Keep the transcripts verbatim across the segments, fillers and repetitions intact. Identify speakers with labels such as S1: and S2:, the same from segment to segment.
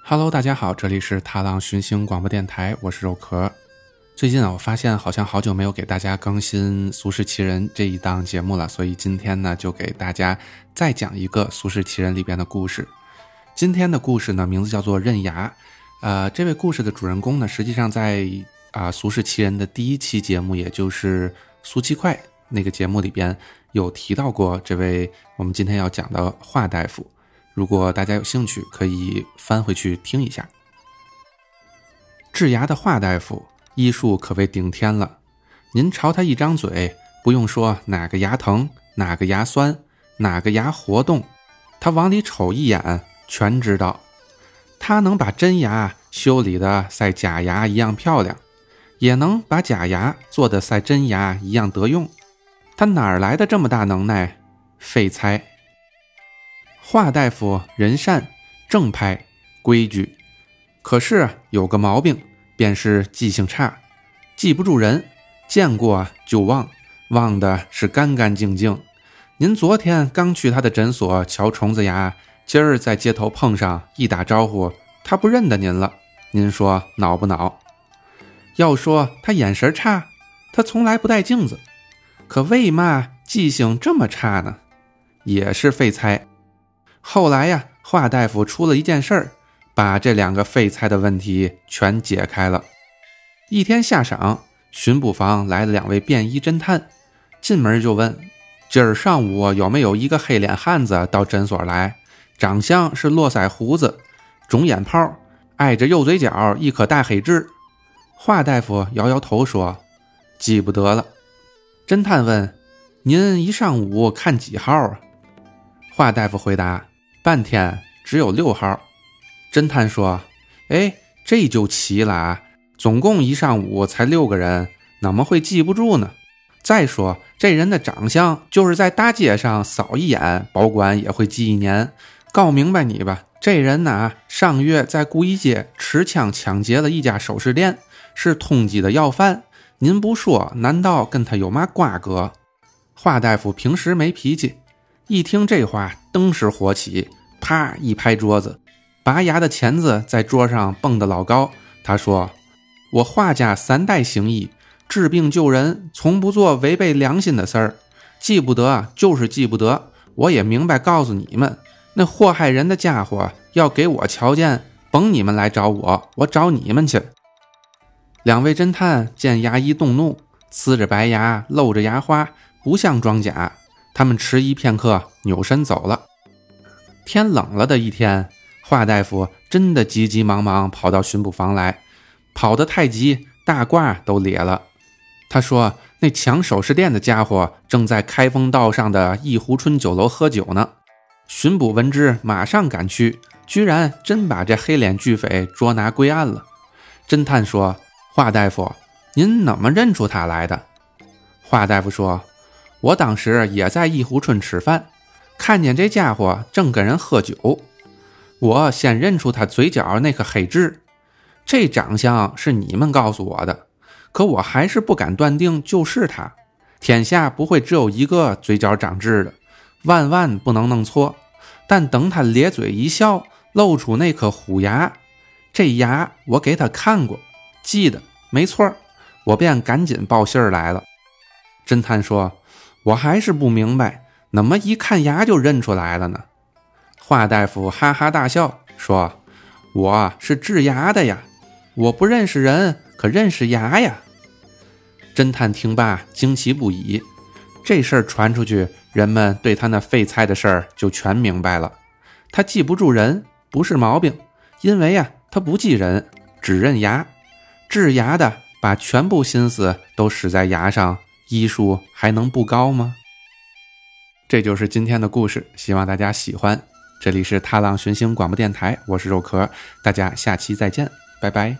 S1: Hello， 大家好，这里是踏浪寻星广播电台，我是肉壳。最近啊，我发现好像好久没有给大家更新《俗世奇人》这一档节目了，所以今天呢，就给大家再讲一个《俗世奇人》里边的故事。今天的故事呢，名字叫做刃牙。呃，这位故事的主人公呢，实际上在啊《俗世奇人》的第一期节目，也就是苏七快那个节目里边有提到过这位我们今天要讲的华大夫。如果大家有兴趣，可以翻回去听一下。治牙的华大夫医术可谓顶天了，您朝他一张嘴，不用说哪个牙疼，哪个牙酸，哪个牙活动，他往里瞅一眼全知道。他能把真牙修理得赛假牙一样漂亮，也能把假牙做得赛真牙一样得用。他哪来的这么大能耐？废材。华大夫人善正派规矩，可是有个毛病，便是记性差，记不住人，见过就忘，忘的是干干净净。您昨天刚去他的诊所瞧虫子牙，今儿在街头碰上，一打招呼他不认得您了，您说恼不恼？要说他眼神差，他从来不带镜子，可为嘛记性这么差呢？也是废材。后来呀，华大夫出了一件事儿，把这两个废材的问题全解开了。一天下晌，巡捕房来了两位便衣侦探，进门就问：今儿上午有没有一个黑脸汉子到诊所来？长相是络腮胡子，肿眼泡，挨着右嘴角一颗大黑痣。华大夫摇摇头说：记不得了。侦探问：您一上午看几号啊？华大夫回答：半天只有六号。侦探说：哎，这就奇了啊，总共一上午才六个人，怎么会记不住呢？再说这人的长相，就是在大街上扫一眼，保管也会记一年。告明白你吧，这人呢，上月在故意街持枪抢劫了一家首饰店，是通缉的要犯。您不说，难道跟他有嘛瓜葛？华大夫平时没脾气，一听这话登时火起，啪一拍桌子，拔牙的钳子在桌上蹦得老高。他说：我华家三代行医，治病救人，从不做违背良心的事儿，记不得就是记不得。我也明白告诉你们，那祸害人的家伙要给我瞧见，甭你们来找我，我找你们去。两位侦探见牙医动怒，呲着白牙，露着牙花，不像装假，他们迟疑片刻，扭身走了。天冷了的一天，华大夫真的急急忙忙跑到巡捕房来，跑得太急，大褂都裂了。他说那抢首饰店的家伙正在开封道上的一湖春酒楼喝酒呢。巡捕闻之，马上赶去，居然真把这黑脸巨匪捉拿归案了。侦探说：华大夫，您怎么认出他来的？华大夫说：我当时也在一湖春吃饭，看见这家伙正跟人喝酒，我先认出他嘴角那颗黑痣，这长相是你们告诉我的，可我还是不敢断定就是他。天下不会只有一个嘴角长痣的，万万不能弄错。但等他咧嘴一笑，露出那颗虎牙，这牙我给他看过，记得没错，我便赶紧报信儿来了。侦探说：我还是不明白，怎么一看牙就认出来了呢？华大夫哈哈大笑说：我是治牙的呀，我不认识人，可认识牙呀。侦探听罢惊奇不已，这事儿传出去，人们对他那废材的事儿就全明白了。他记不住人不是毛病，因为啊，他不记人，只认牙。治牙的把全部心思都使在牙上，医术还能不高吗？这就是今天的故事，希望大家喜欢。这里是踏浪寻星广播电台，我是肉壳，大家下期再见，拜拜。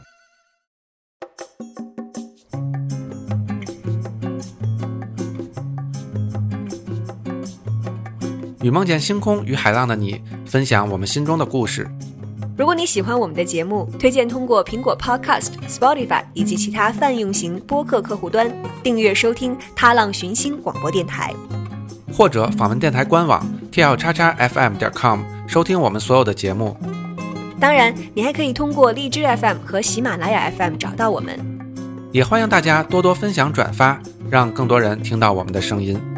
S1: 与梦见星空，与海浪的你分享我们心中的故事。
S2: 如果你喜欢我们的节目，推荐通过苹果 Podcast、Spotify 以及其他泛用型播客客户端订阅收听踏浪寻星广播电台，
S1: 或者访问电台官网 t l x x f m 点 com 收听我们所有的节目。
S2: 当然，你还可以通过荔枝 F M 和喜马拉雅 F M 找到我们。
S1: 也欢迎大家多多分享转发，让更多人听到我们的声音。